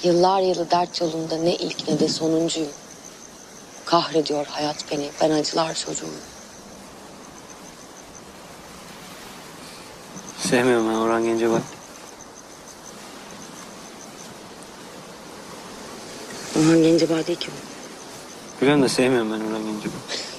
Yıllar yılı dert yolunda ne ilk ne de sonuncuyum. Kahrediyor hayat beni, ben acılar çocuğum. Sevmiyorum ben Orhan Gencebay. Orhan Gencebay değil ki bu. Biliyorum da sevmiyorum ben Orhan Gencebay.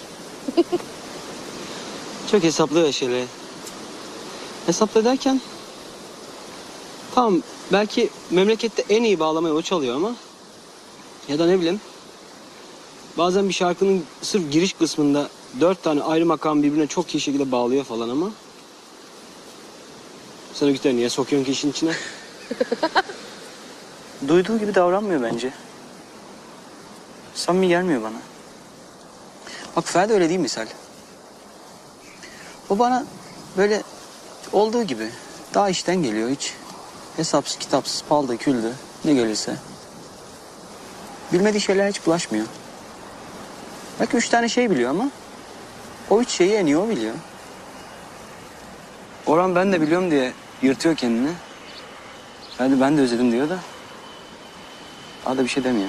Çok hesaplıyor şeyleri. Hesaplı derken... Tamam belki memlekette en iyi bağlamayı o çalıyor ama... Ya da ne bileyim... Bazen bir şarkının sırf giriş kısmında 4 tane ayrı makam birbirine çok iyi şekilde bağlıyor falan ama... Sen o gitarı niye sokuyorsun ki işin içine? Duyduğu gibi davranmıyor bence. Samimi gelmiyor bana. Bak Ferdi öyle değil misal. O bana böyle olduğu gibi daha işten geliyor hiç. Hesapsız kitapsız paldı küldü ne gelirse. Bilmediği şeyler hiç bulaşmıyor. Belki 3 tane şey biliyor ama o 3 şeyi en iyi o biliyor. Orhan ben de biliyorum diye yırtıyor kendini. Ferdi ben de özledim diyor da. Daha da bir şey demiyor.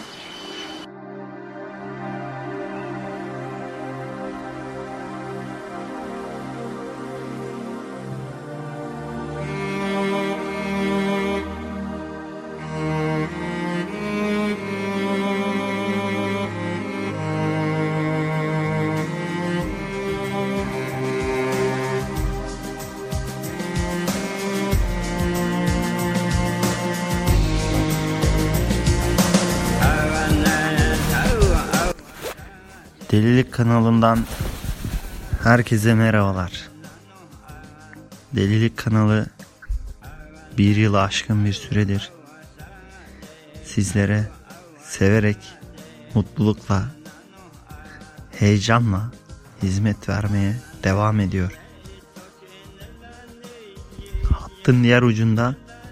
Delilik kanalından herkese merhabalar. Delilik kanalı bir yılı aşkın bir süredir sizlere severek, mutlulukla, heyecanla hizmet vermeye devam ediyor. Hattın diğer ucunda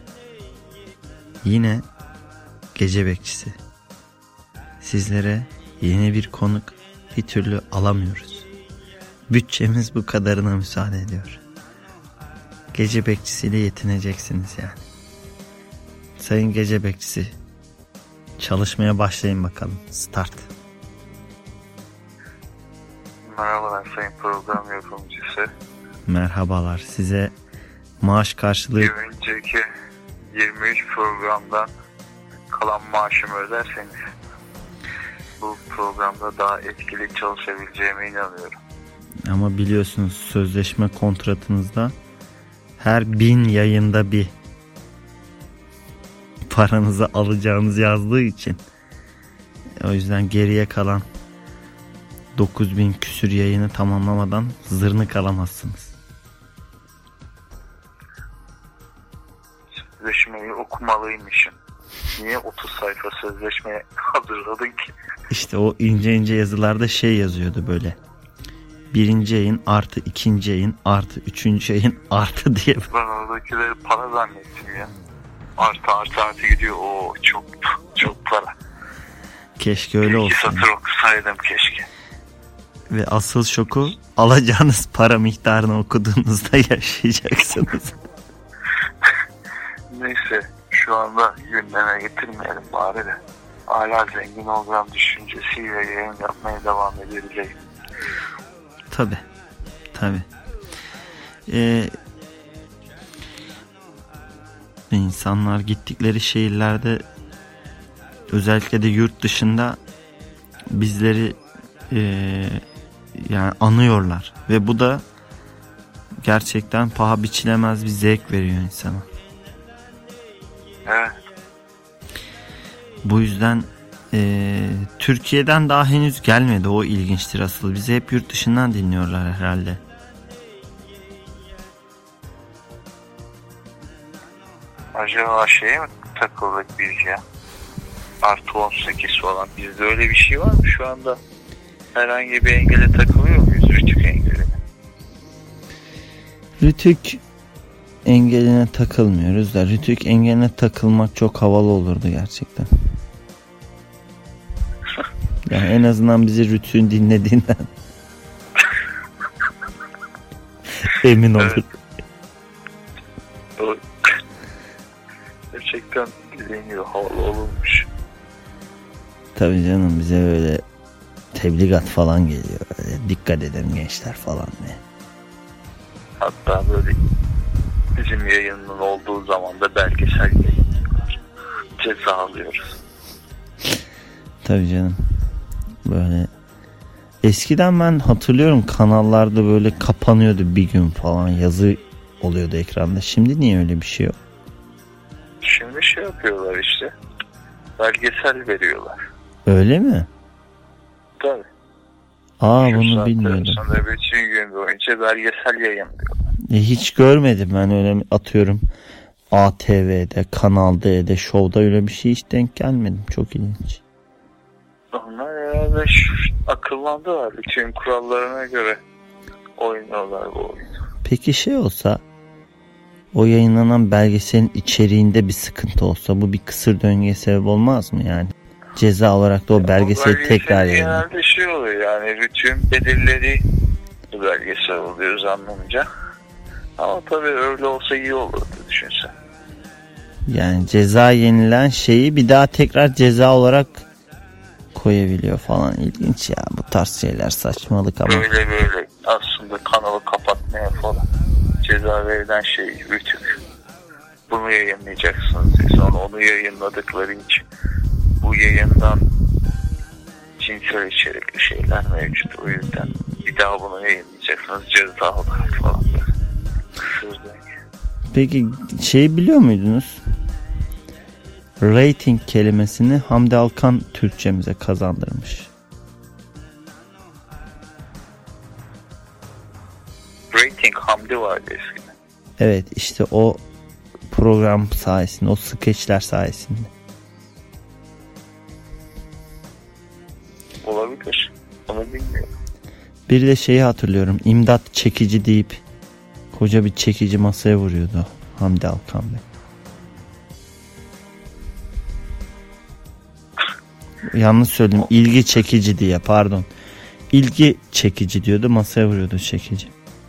yine gece bekçisi. Sizlere yeni bir konuk bir türlü alamıyoruz. Bütçemiz bu kadarına müsaade ediyor. Gece bekçisiyle yetineceksiniz yani. Sayın gece bekçisi, çalışmaya başlayın bakalım. Start. Merhabalar sayın program yapımcısı. Merhabalar. Size maaş karşılığı... Bir önceki 23 programdan kalan maaşımı öderseniz bu programda daha etkili çalışabileceğime inanıyorum. Ama biliyorsunuz sözleşme kontratınızda her 1000 yayında bir paranızı alacağınız yazdığı için o yüzden geriye kalan 9000 küsür yayını tamamlamadan zırnık alamazsınız. Sözleşmeyi okumalıymışım. Niye 30 sayfa sözleşme hazırladın ki? İşte o ince ince yazılarda şey yazıyordu böyle. 1. yayın artı 2. yayın artı 3. yayın artı diye. Ben oradakileri para zannettim ya. Artı gidiyor. Oo çok para. Keşke öyle olsa. 2 satır okusaydım keşke. Ve asıl şoku alacağınız para miktarını okuduğunuzda yaşayacaksınız. Neyse şu anda gündeme getirmeyelim bari de. Hala zengin olacağım düşüncesiyle yayın yapmaya devam edeceğiz. Tabii. İnsanlar gittikleri şehirlerde özellikle de yurt dışında bizleri yani anıyorlar ve bu da gerçekten paha biçilemez bir zevk veriyor insana. Evet. Bu yüzden Türkiye'den daha henüz gelmedi, o ilginçtir asıl. Bizi hep yurt dışından dinliyorlar herhalde. Acaba şeye mi takıldık biz ya? Artı 18 falan. Bizde öyle bir şey var mı şu anda? Herhangi bir engele takılıyor muyuz? Rütük engeline. Rütük engeline takılmıyoruz da Rütük engeline takılmak çok havalı olurdu gerçekten. Yani en azından bizi Rütük'ün dinlediğinden emin olduk. Gerçekten dediğin gibi havalı olurmuş. Tabii canım, bize böyle tebligat falan geliyor. Öyle, dikkat edin gençler falan diye. Hatta böyle bizim yayının olduğu zaman da belgesel yayınlıyorlar. Ceza alıyoruz. Tabii canım. Böyle eskiden ben hatırlıyorum, kanallarda böyle kapanıyordu bir gün falan, yazı oluyordu ekranda. Şimdi niye öyle bir şey yok? Şimdi şey yapıyorlar işte. Belgesel veriyorlar. Öyle mi? Tabii. Aa, Şu bunu saatten bilmiyordum. sonra bütün gün boyunca belgesel yayınlıyorlar. Hiç görmedim ben öyle, atıyorum ATV'de, Kanal D'de, Show'da öyle bir şey hiç denk gelmedim. Çok ilginç. Onlar herhalde akıllandılar. Bütün kurallarına göre oynuyorlar bu oyunu. Peki şey olsa, o yayınlanan belgeselin içeriğinde bir sıkıntı olsa, bu bir kısır döngüye sebep olmaz mı yani? Ceza olarak da o belgeseli tekrar yayınlar. Genelde şey oluyor yani, bütün belirleri belgesel oluyor zannımca. Ama tabii öyle olsa iyi olurdu düşünsen. Yani ceza yenilen şeyi bir daha tekrar ceza olarak koyabiliyor falan. İlginç ya, bu tarz şeyler saçmalık ama. Böyle aslında kanalı kapatmaya falan ceza verilen şey rütük. Bunu yayınlayacaksınız diye. Sonra onu yayınladıkları için bu yayından cinsel içerikli şeyler mevcut. O yüzden bir daha bunu yayınlayacaksınız ceza olarak falan. Kısır döngü. Peki şey biliyor muydunuz? Rating kelimesini Hamdi Alkan Türkçemize kazandırmış. Rating Hamdi vardı eskiden. Evet, işte o program sayesinde, o skeçler sayesinde. Olabilir. Onu bilmiyorum. Bir de şeyi hatırlıyorum. İmdat çekici deyip koca bir çekici masaya vuruyordu Hamdi Alkan Bey. Yanlış söyledim. İlgi çekici diye, pardon. İlgi çekici diyordu, masaya vuruyordu çekici.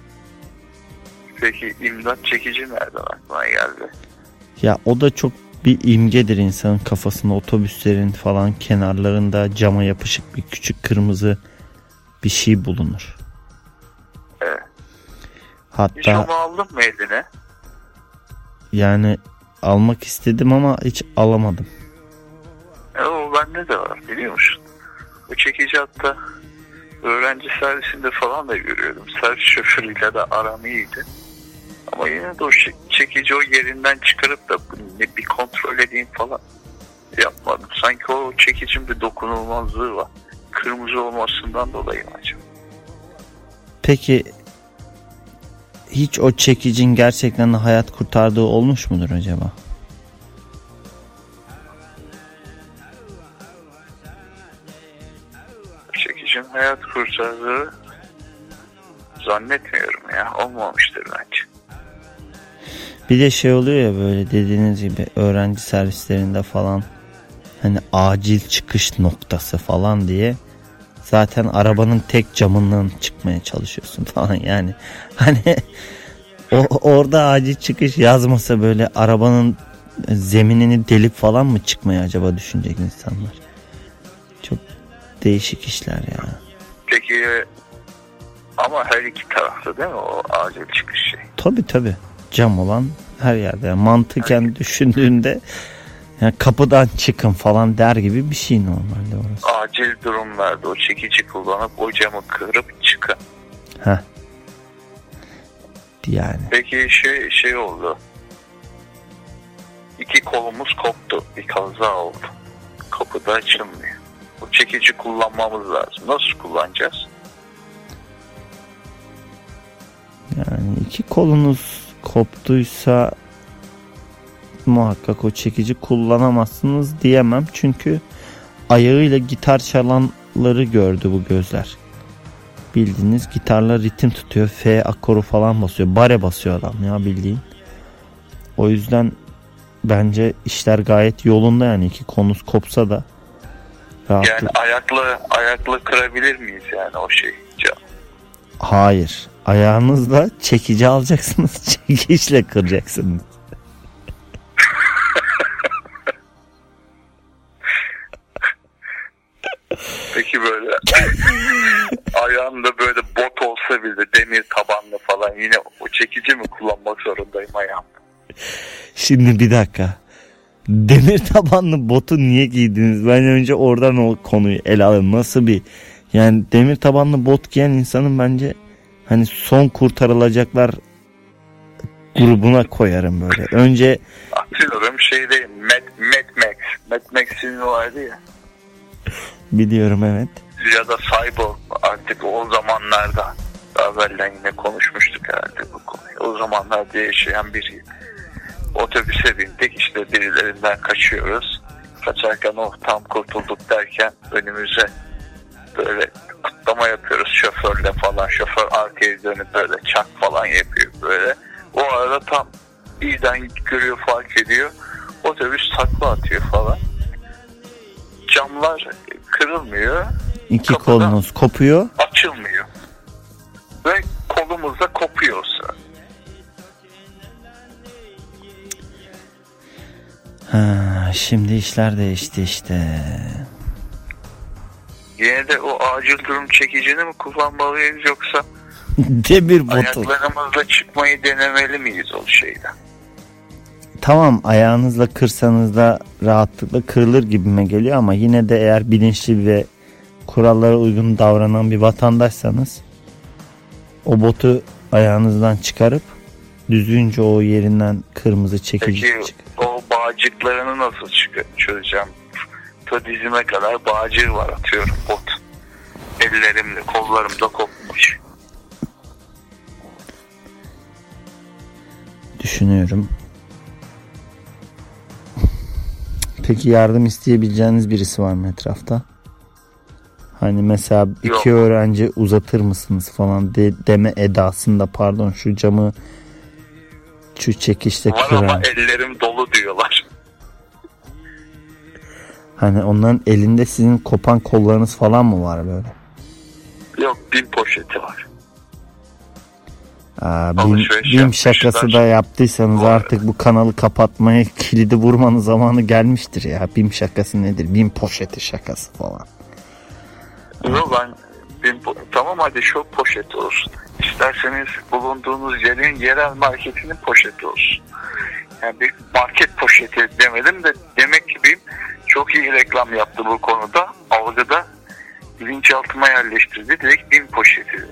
Peki imdat çekici nereden aklına geldi? Ya o da çok bir imgedir insanın kafasında. Otobüslerin falan kenarlarında cama yapışık bir küçük kırmızı bir şey bulunur. Evet. Hiç Hatta onu aldın mı eline? yani almak istedim ama hiç alamadım. O bende de var biliyor musun? O çekici hatta öğrenci servisinde falan da görüyordum. Servis şoförüyle de aram iyiydi. Ama yine de o çekici o yerinden çıkarıp da bir kontrol edeyim falan yapmadım. Sanki o çekicin bir dokunulmazlığı var. Kırmızı olmasından dolayı mı acaba? Peki hiç o çekicin gerçekten de hayat kurtardığı olmuş mudur acaba? Çekicin hayat kurtardığı zannetmiyorum ya. Olmamıştır bence. Bir de şey oluyor ya, böyle dediğiniz gibi öğrenci servislerinde falan, hani acil çıkış noktası falan diye zaten arabanın tek camından çıkmaya çalışıyorsun falan yani. Hani orada acil çıkış yazmasa böyle arabanın zeminini delip falan mı çıkmaya acaba düşünecek insanlar. Çok değişik işler ya. Peki ama her iki tarafta değil mi o acil çıkış şey? Tabii. Cam olan her yerde. Yani mantıken düşündüğünde yani kapıdan çıkın falan der gibi bir şey normalde orası. Acil durumlarda o çekici kullanıp o camı kırıp çıkın. Heh. Yani. Peki şey oldu. İki kolumuz koptu. Bir kaza oldu. Kapı da açılmıyor. O çekici kullanmamız lazım. Nasıl kullanacağız? Yani iki kolunuz koptuysa muhakkak o çekici kullanamazsınız diyemem. Çünkü ayağıyla gitar çalanları gördü bu gözler. Bildiğiniz gitarla ritim tutuyor. F akoru falan basıyor. Bare basıyor adam ya bildiğin. O yüzden bence işler gayet yolunda yani. İki kolunuz kopsa da rahatlık. Yani ayakla kırabilir miyiz yani o şey? Hayır. Ayağınızla çekici alacaksınız. Çekiçle kıracaksınız. ki böyle. Ayağımda böyle bot olsa bile demir tabanlı falan, yine o çekici mi kullanmak zorundayım ayağımda? Şimdi bir dakika. Demir tabanlı botu niye giydiniz? Ben önce oradan o konuyu ele alayım. Nasıl bir, yani demir tabanlı bot giyen insanın bence hani son kurtarılacaklar grubuna koyarım böyle. Önce atıyorum şeydeyim, Mad Max filmi vardı ya. biliyorum, evet. Ya da Cyborg, artık o zamanlarda, evvelden yine konuşmuştuk herhalde bu konuyu. O zamanlarda yaşayan biri. Otobüse bindik, işte birilerinden kaçıyoruz. Kaçarken tam kurtulduk derken önümüze böyle kutlama yapıyoruz şoförle falan. Şoför arkaya dönüp böyle çak falan yapıyor böyle. O arada tam birden görüyor, fark ediyor. Otobüs takla atıyor falan. Camlar kırılmıyor. İki Kapıda kolunuz kopuyor. açılmıyor. Ve kolumuzda kopuyorsa. Ha, şimdi işler değişti işte. Yine de o acil durum çekicini mi kullanmalıyız, yoksa Demir botu. ayaklarımızla çıkmayı denemeli miyiz o şeyden? Tamam, ayağınızla kırsanız da rahatlıkla kırılır gibime geliyor ama yine de eğer bilinçli ve kurallara uygun davranan bir vatandaşsanız o botu ayağınızdan çıkarıp düzgünce o yerinden kırmızı çekici Peki o bağcıklarını nasıl çözeceğim? Ta dizime kadar bağcığı var, atıyorum bot. Ellerimle, kollarımda kopmuş. düşünüyorum. Peki yardım isteyebileceğiniz birisi var mı etrafta? Hani mesela Yok. iki öğrenci uzatır mısınız falan deme edasında, pardon şu camı şu çekişte Var kıran. ama ellerim dolu diyorlar. Hani onların elinde sizin kopan kollarınız falan mı var böyle? Yok, BİM poşeti var. BİM Alışveriş şakası yapmışlar. da yaptıysanız Var. artık bu kanalı kapatmaya, kilidi vurmanın zamanı gelmiştir ya. BİM şakası nedir? BİM poşeti şakası falan. Yok, ben tamam hadi şu poşeti olsun. İsterseniz bulunduğunuz yerin yerel marketinin poşeti olsun. Yani bir market poşeti demedim de, demek ki BİM çok iyi reklam yaptı bu konuda. Algıda bilinçaltıma yerleştirdi. Direkt BİM poşeti.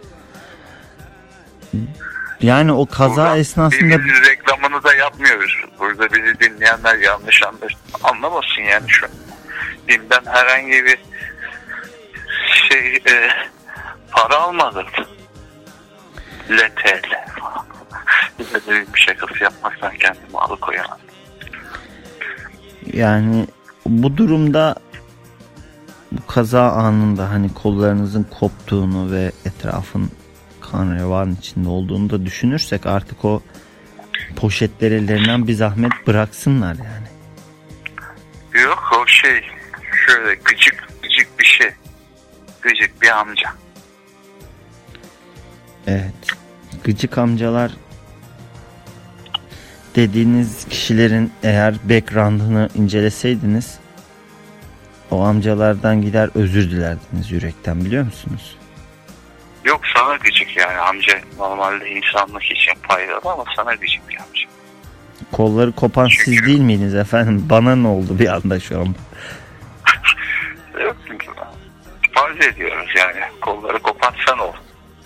Yani o kaza Buradan esnasında BİM'in reklamını da yapmıyoruz. Burada bizi dinleyenler yanlış anlamasın yani şu an. BİM'den herhangi bir para almadık. LTL falan. Bir şakası yapmaktan kendimi alıkoyamam. yani bu durumda, bu kaza anında hani kollarınızın koptuğunu ve etrafın kan revan içinde olduğunu da düşünürsek artık o poşetleri ellerinden bir zahmet bıraksınlar yani. Yok, o şöyle gıcık bir şey. Gıcık bir amca. Evet. Gıcık amcalar dediğiniz kişilerin eğer background'ını inceleseydiniz o amcalardan gider özür dilerdiniz yürekten, biliyor musunuz? Yok, sana gıcık yani amca, normalde insanlık için faydalı ama sana gıcık bir amca. Kolları kopan Çünkü siz değil miydiniz efendim? Bana ne oldu bir anda şu an? Yok, farz ediyoruz yani, kolları kopan sen ol.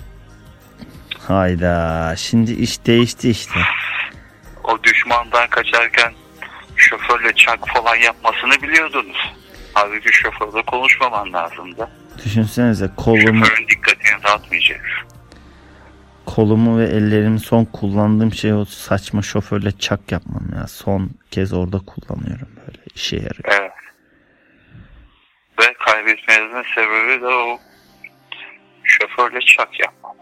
Hayda, şimdi iş değişti işte. O düşmandan kaçarken şoförle çak falan yapmasını biliyordunuz. Halbuki şoförle konuşmaman lazımdı. Düşünsenize Şoförün dikkatini dağıtmayacak. kolumu ve ellerimi son kullandığım şey o saçma şoförle çak yapmam ya. Son kez orada kullanıyorum, böyle işe yarıyor. Evet. Ve kaybetmenizin sebebi de o şoförle çak yapmam.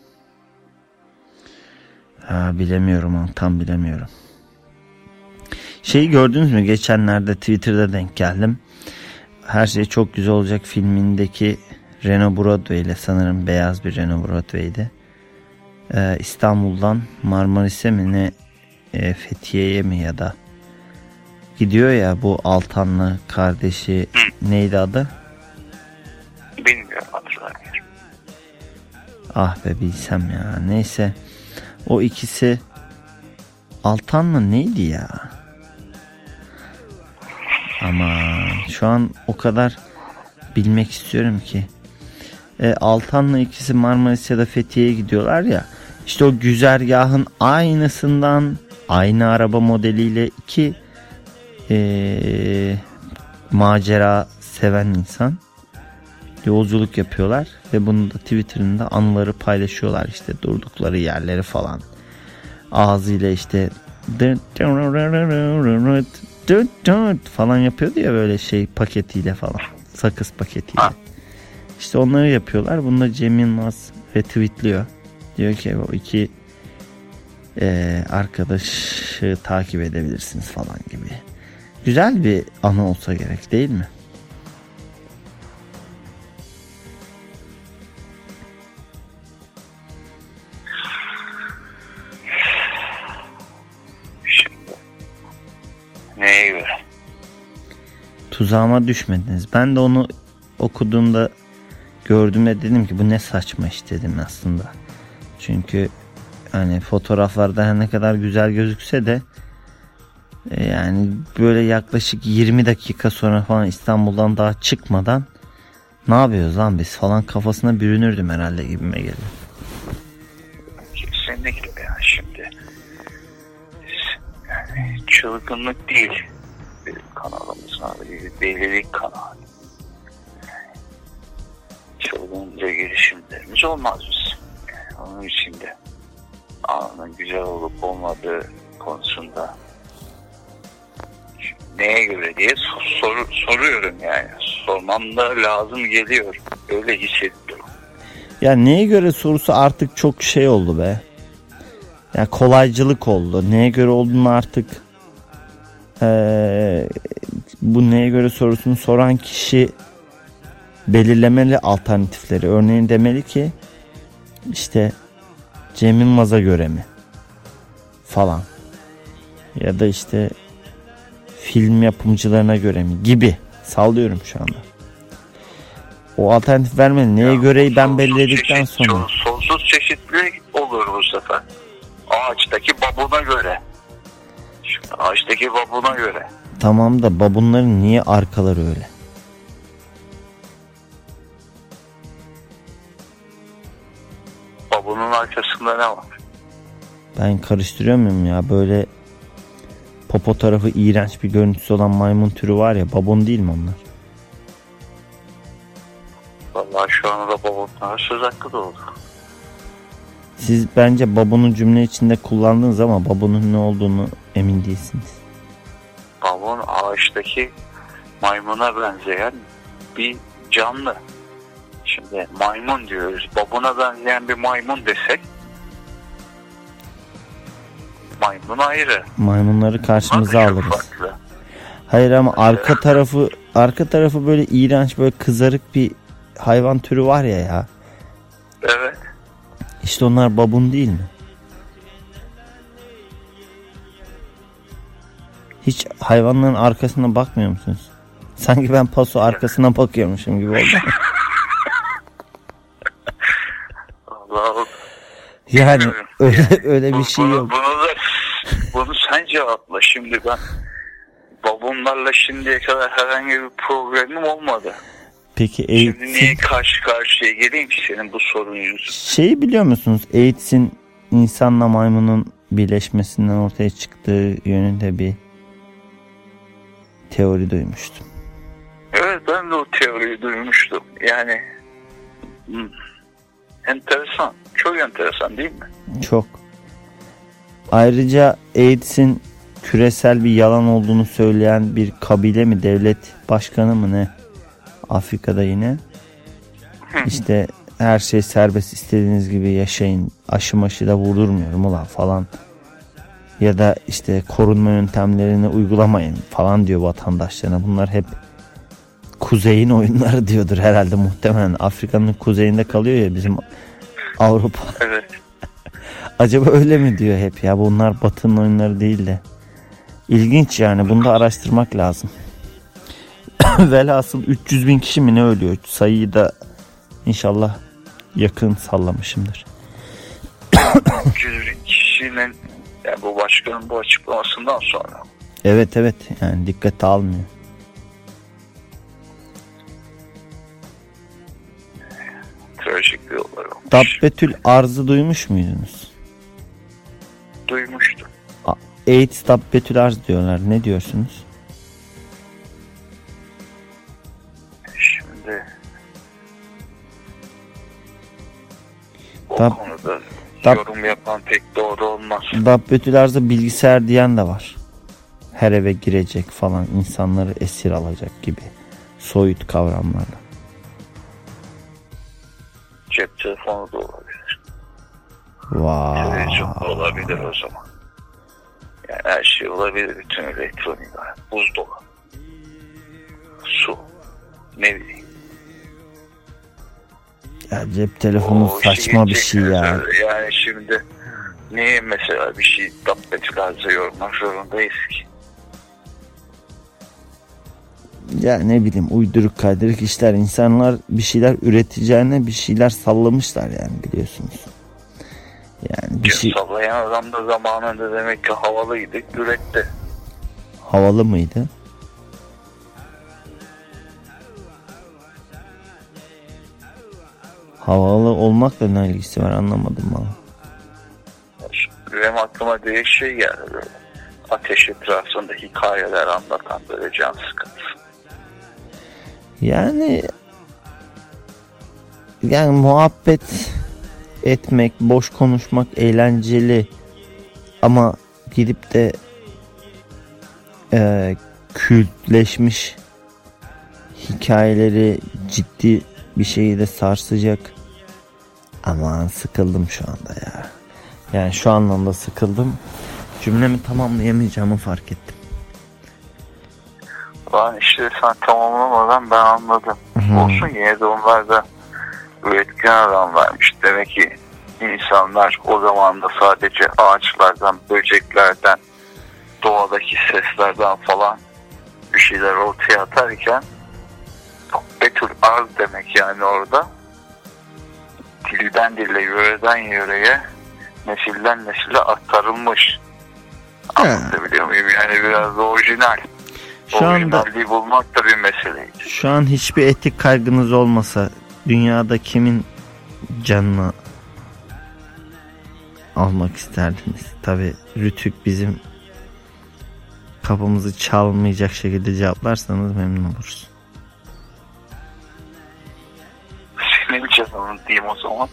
Bilemiyorum ama tam bilemiyorum. Şeyi gördünüz mü? Geçenlerde Twitter'da denk geldim. Her şey çok güzel olacak filmindeki Renault Broadway ile, sanırım beyaz bir Renault Broadway'di. İstanbul'dan Marmaris'e mi ne, Fethiye'ye mi ya da gidiyor ya bu Altanlı kardeşi, neydi adı? Bilmiyorum, hatırlamıyorum. Ah be bilsem ya. Neyse. O ikisi Altan mı neydi ya? Aman şu an o kadar bilmek istiyorum ki. Altan'la ikisi Marmaris ya da Fethiye'ye gidiyorlar ya. İşte o güzergahın aynısından aynı araba modeliyle iki macera seven insan yolculuk yapıyorlar ve bunu da Twitter'ında anıları paylaşıyorlar, işte durdukları yerleri falan. Ağzıyla işte falan yapıyordu ya, böyle şey paketiyle falan, sakız paketiyle. İşte onları yapıyorlar. Bunu da Cem Yılmaz retweetliyor. Diyor ki o iki arkadaşı takip edebilirsiniz falan gibi. Güzel bir anı olsa gerek, değil mi? Şimdi neye göre? Tuzağıma düşmediniz. Ben de onu okuduğumda, gördüğümde dedim ki bu ne saçma iş dedim aslında. Çünkü hani fotoğraflarda her ne kadar güzel gözükse de yani böyle yaklaşık 20 dakika sonra falan İstanbul'dan daha çıkmadan ne yapıyoruz lan biz falan kafasına bürünürdüm herhalde gibime geliyor. Kesinlikle yani şimdi yani çılgınlık değil benim kanalımız abi, delilik kanalı. Çılgınca girişimlerimiz olmaz bizim. Yani onun için de anın güzel olup olmadığı konusunda neye göre diye soruyorum yani. Sormam da lazım geliyor. Öyle hissediyorum. Ya neye göre sorusu artık çok şey oldu be. Ya kolaycılık oldu. Neye göre olduğunu artık bu neye göre sorusunu soran kişi belirlemeli alternatifleri. Örneğin demeli ki işte Cem Yılmaz'a göre mi falan, ya da işte film yapımcılarına göre mi gibi, sallıyorum şu anda. O alternatif vermeli. Neye göreyi ben belirledikten sonra. Sonsuz çeşitli olur bu sefer. Ağaçtaki babuna göre. Şimdi ağaçtaki babuna göre. Tamam da babunların niye arkaları öyle? Babunun arkasında ne var? Ben karıştırıyor muyum ya? Böyle popo tarafı iğrenç bir görüntüsü olan maymun türü var ya, babun değil mi onlar? Vallahi şu anda babunlara söz hakkı doğdu. Siz bence babunu cümle içinde kullandınız ama babunun ne olduğunu emin değilsiniz. Babun ağaçtaki maymuna benzeyen bir canlı. Şimdi maymun diyoruz. Babuna benzeyen bir maymun desek maymun ayrı. Maymunları karşımıza Bak, alırız. farklı. Hayır ama arka tarafı böyle iğrenç, böyle kızarık bir hayvan türü var ya. Evet. İşte onlar babun değil mi? Hiç hayvanların arkasına bakmıyor musunuz? Sanki ben paso arkasına bakıyormuşum gibi oldu. Allah. Yani öyle bir şey yok. Bunu sen cevapla. Şimdi ben babamlarla şimdiye kadar herhangi bir problemim olmadı. Peki Şimdi niye karşı karşıya geleyim ki senin bu sorun yüzünden? Şeyi biliyor musunuz? AIDS'in insanla maymunun birleşmesinden ortaya çıktığı yönünde bir teori duymuştum. Evet, ben de o teoriyi duymuştum. Yani enteresan. Çok enteresan değil mi? Çok. Ayrıca AIDS'in küresel bir yalan olduğunu söyleyen bir kabile mi, devlet başkanı mı ne? Afrika'da yine. İşte her şey serbest, istediğiniz gibi yaşayın, aşı maşı da vurdurmuyorum ulan falan. Ya da işte korunma yöntemlerini uygulamayın falan diyor vatandaşlarına. Bunlar hep kuzeyin oyunları diyordur herhalde, muhtemelen. Afrika'nın kuzeyinde kalıyor ya bizim Avrupa. Evet. Acaba öyle mi diyor hep ya, bunlar Batı'nın oyunları değil de. İlginç yani, bunu da araştırmak lazım. Velhasıl 300 bin kişi mi ne ölüyor? Sayıyı da İnşallah yakın sallamışımdır. 300 bin kişinin, yani bu başkanın bu açıklamasından sonra. Evet yani dikkate almıyor. Trajik bir olay olmuş. Dabbetül Arz'ı duymuş muydunuz? Duymuştum. AIDS Dabbetül Arz diyorlar. Ne diyorsunuz? Şimdi o Dab- konuda Dab- yorum yapan pek doğru olmaz. Dabbetül Arz'a bilgisayar diyen de var. Her eve girecek falan, insanları esir alacak gibi soyut kavramlarla. Cep telefonu da olabilir. Vay. Televizyon da olabilir o zaman. Yani her şey olabilir, bütün elektronik. Buzdolabı, su, ne bileyim. Ya cep telefonu O işe saçma bir geçecek şey ya. mesela. Yani şimdi niye mesela bir şey Dabbetül Arz'a yormak zorundayız ki? Ya ne bileyim, uyduruk kaydırık işler. İnsanlar bir şeyler üreteceğine bir şeyler sallamışlar yani, biliyorsunuz. Yani bir şey Sallayan adam da zamanında demek ki havalıydı, üretti. havalı mıydı? Havalı olmakla ne ilgisi var, anlamadım valla. Benim aklıma direkt şey geldi böyle. Ateş etrafında hikayeler anlatan böyle can sıkıntısı. Yani muhabbet etmek, boş konuşmak eğlenceli ama gidip de kültleşmiş hikayeleri ciddi bir şeyi de sarsacak. Aman sıkıldım şu anda ya. Yani şu anlamda sıkıldım. Cümlemi tamamlayamayacağımı fark ettim. Ben işte sen tamamlamadan ben anladım. Olsun, yine de onlar da üretken adamlarmış. Demek ki insanlar o zaman da sadece ağaçlardan, böceklerden, doğadaki seslerden falan bir şeyler ortaya atarken Betül Arz demek yani orada dilden dile, yöreden yöreye, nesilden nesile aktarılmış. Anlatabiliyor muyum? Yani biraz da orijinal. Şu anda Orijinalliği bulmak da bir meseleydi. şu an hiçbir etik kaygınız olmasa dünyada kimin canını almak isterdiniz? Tabii Rütük bizim kapımızı çalmayacak şekilde cevaplarsanız memnun oluruz. Senin canını diyeyim o zaman.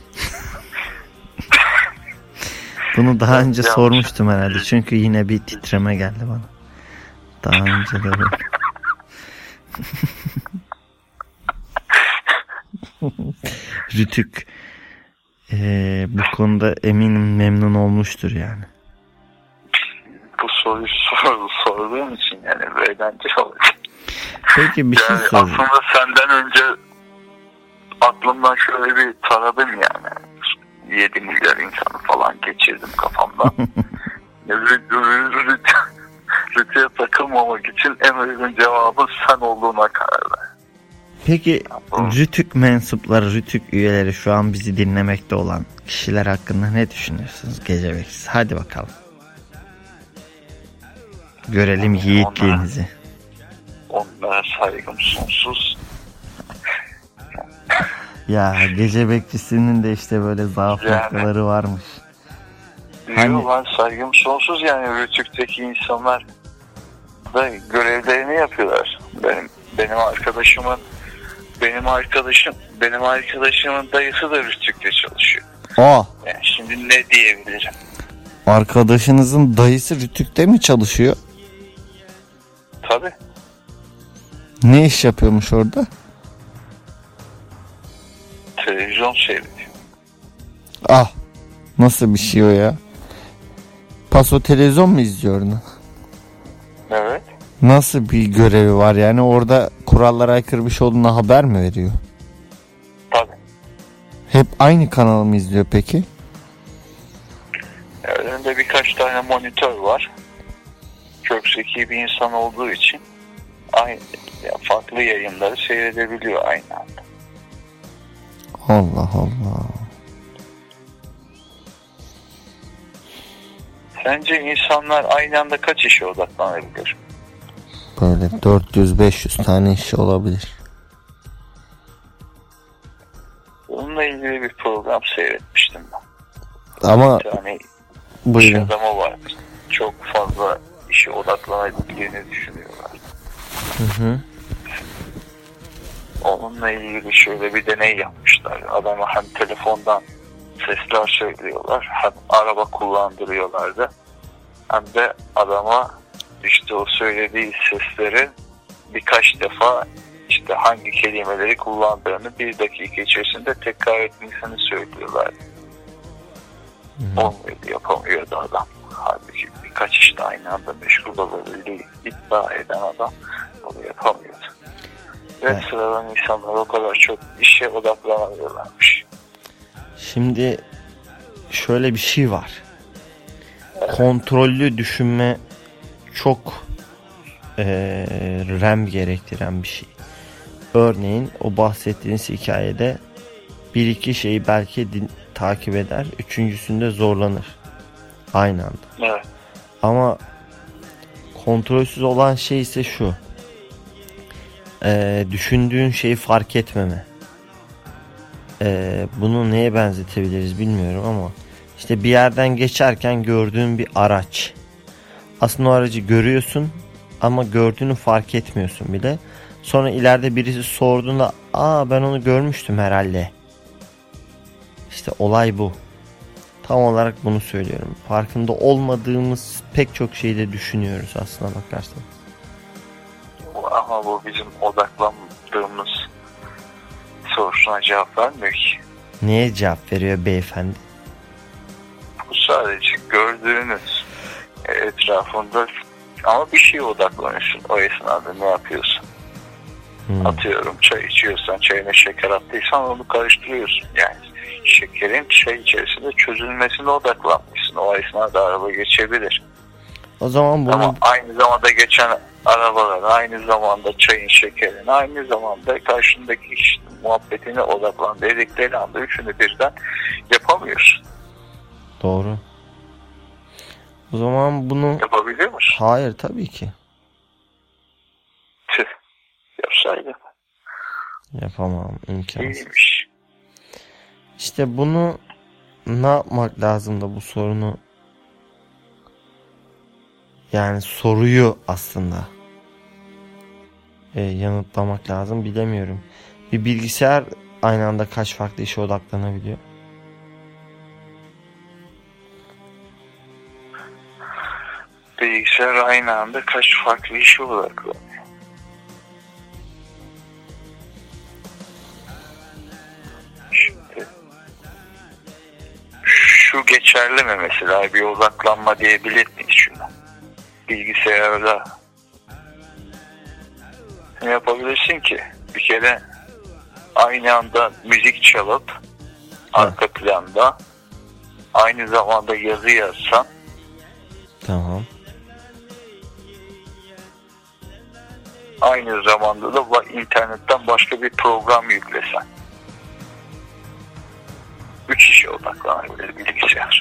Bunu daha önce sormuştum herhalde. Çünkü yine bir titreme geldi bana. Daha önce de böyle. Rütük bu konuda eminim memnun olmuştur yani. Bu soruyu sorduğum için yani eğlenceli olacak. Peki bir şey Yani sorayım. aslında senden önce aklımdan şöyle bir taradım yani. 7 milyar insanı falan geçirdim kafamdan. Rütü'ye takılmamak için en uygun cevabın sen olduğuna karar ver. Peki Rütük mensupları, Rütük üyeleri, şu an bizi dinlemekte olan kişiler hakkında ne düşünüyorsunuz gece bekçisi? Hadi bakalım. Görelim yiğitliğinizi. Onlara saygım sonsuz. Ya gece bekçisinin de işte böyle zaaf noktaları varmış. Hani... Ben saygım sonsuz yani. Rütük'teki insanlar da görevlerini yapıyorlar. Benim arkadaşımın dayısı da Rütük'te çalışıyor. Yani şimdi ne diyebilirim? Arkadaşınızın dayısı Rütük'te mi çalışıyor? Tabii. Ne iş yapıyormuş orada? Televizyon seyrediyor. Nasıl bir şey o ya? Paso televizyon mu izliyor orada? Evet. Nasıl bir görevi var yani, orada kurallara aykırı bir şey olduğuna haber mi veriyor? Tabii. Hep aynı kanalı mı izliyor peki? Önünde birkaç tane monitör var. Çok zeki bir insan olduğu için farklı yayınları seyredebiliyor aynı anda. Allah Allah. Sence insanlar aynı anda kaç işe odaklanabilir? Böyle 400-500 tane iş olabilir. Bununla ilgili bir program seyretmiştim ben. Ama Bir tane iş buyurun. adamı var. Çok fazla işe odaklanabildiğini düşünüyorlar. Hı. Onunla ilgili şöyle bir deney yapmışlar. Adama hem telefondan sesler söylüyorlar, hem araba kullandırıyorlardı. Hem de adama işte o söylediği sesleri birkaç defa işte hangi kelimeleri kullandığını 1 dakika içerisinde tekrar etmesini söylüyorlar. Olmuyordu, yapamıyordu adam. Halbuki birkaç işte aynı anda meşgul olabildiği iddia eden adam onu yapamıyordu. Ve Evet. sıradan insanlar o kadar çok işe odaklanamıyorlarmış. Şimdi şöyle bir şey var. Kontrollü düşünme çok RAM gerektiren bir şey. Örneğin o bahsettiğiniz hikayede bir iki şeyi belki takip eder, üçüncüsünde zorlanır. Aynı anda. Evet. Ama kontrolsüz olan şey ise şu. Düşündüğün şeyi fark etmeme. Bunu neye benzetebiliriz bilmiyorum ama işte bir yerden geçerken gördüğün bir araç. Aslında o aracı görüyorsun ama gördüğünü fark etmiyorsun bile. Sonra ileride birisi sorduğunda ben onu görmüştüm herhalde. İşte olay bu. Tam olarak bunu söylüyorum. Farkında olmadığımız pek çok şeyi de düşünüyoruz aslına bakarsan. Ama bu bizim odaklandığımız sorusuna cevap vermiyor ki. Neye cevap veriyor beyefendi? Bu sadece gördüğünüz etrafında ama bir şeye odaklanıyorsun. O esnada ne yapıyorsun? Atıyorum çay içiyorsan, çayına şeker attıysan onu karıştırıyorsun. Yani şekerin çay içerisinde çözülmesine odaklanmışsın. O esnada araba geçebilir. O zaman bunu... Ama aynı zamanda geçen arabalar, aynı zamanda çayın, şekerin, aynı zamanda karşındaki işte muhabbetine odaklan dedikleri anda üçünü birden yapamıyorsun. Doğru. O zaman bunu... Yapabiliyor musun? Hayır tabii ki. Tüh. Yapsaydı. Yapamam. İmkansız. İyiymiş. İşte bunu ne yapmak lazım da bu sorunu, yani soruyu aslında yanıtlamak lazım, bilemiyorum. Bir bilgisayar aynı anda kaç farklı işe odaklanabiliyor? Bilgisayar aynı anda kaç farklı işe odaklanıyor? Şimdi şu geçerli mi mesela, bir odaklanma diyebilir miyiz şuna? Bilgisayarda ne yapabilirsin ki? Bir kere aynı anda müzik çalıp arka planda aynı zamanda yazı yazsan, Tamam. aynı zamanda da internetten başka bir program yüklesen. 3 işe odaklanabilir bilgisayar.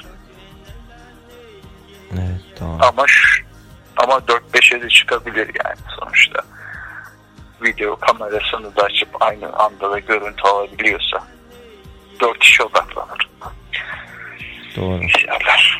Evet, tamam. Ama 4-5'e de çıkabilir yani sonuçta. Video kamerasını da açıp aynı anda da görüntü alabiliyorsa 4 işe odaklanır Doğru. bilgisayarlar.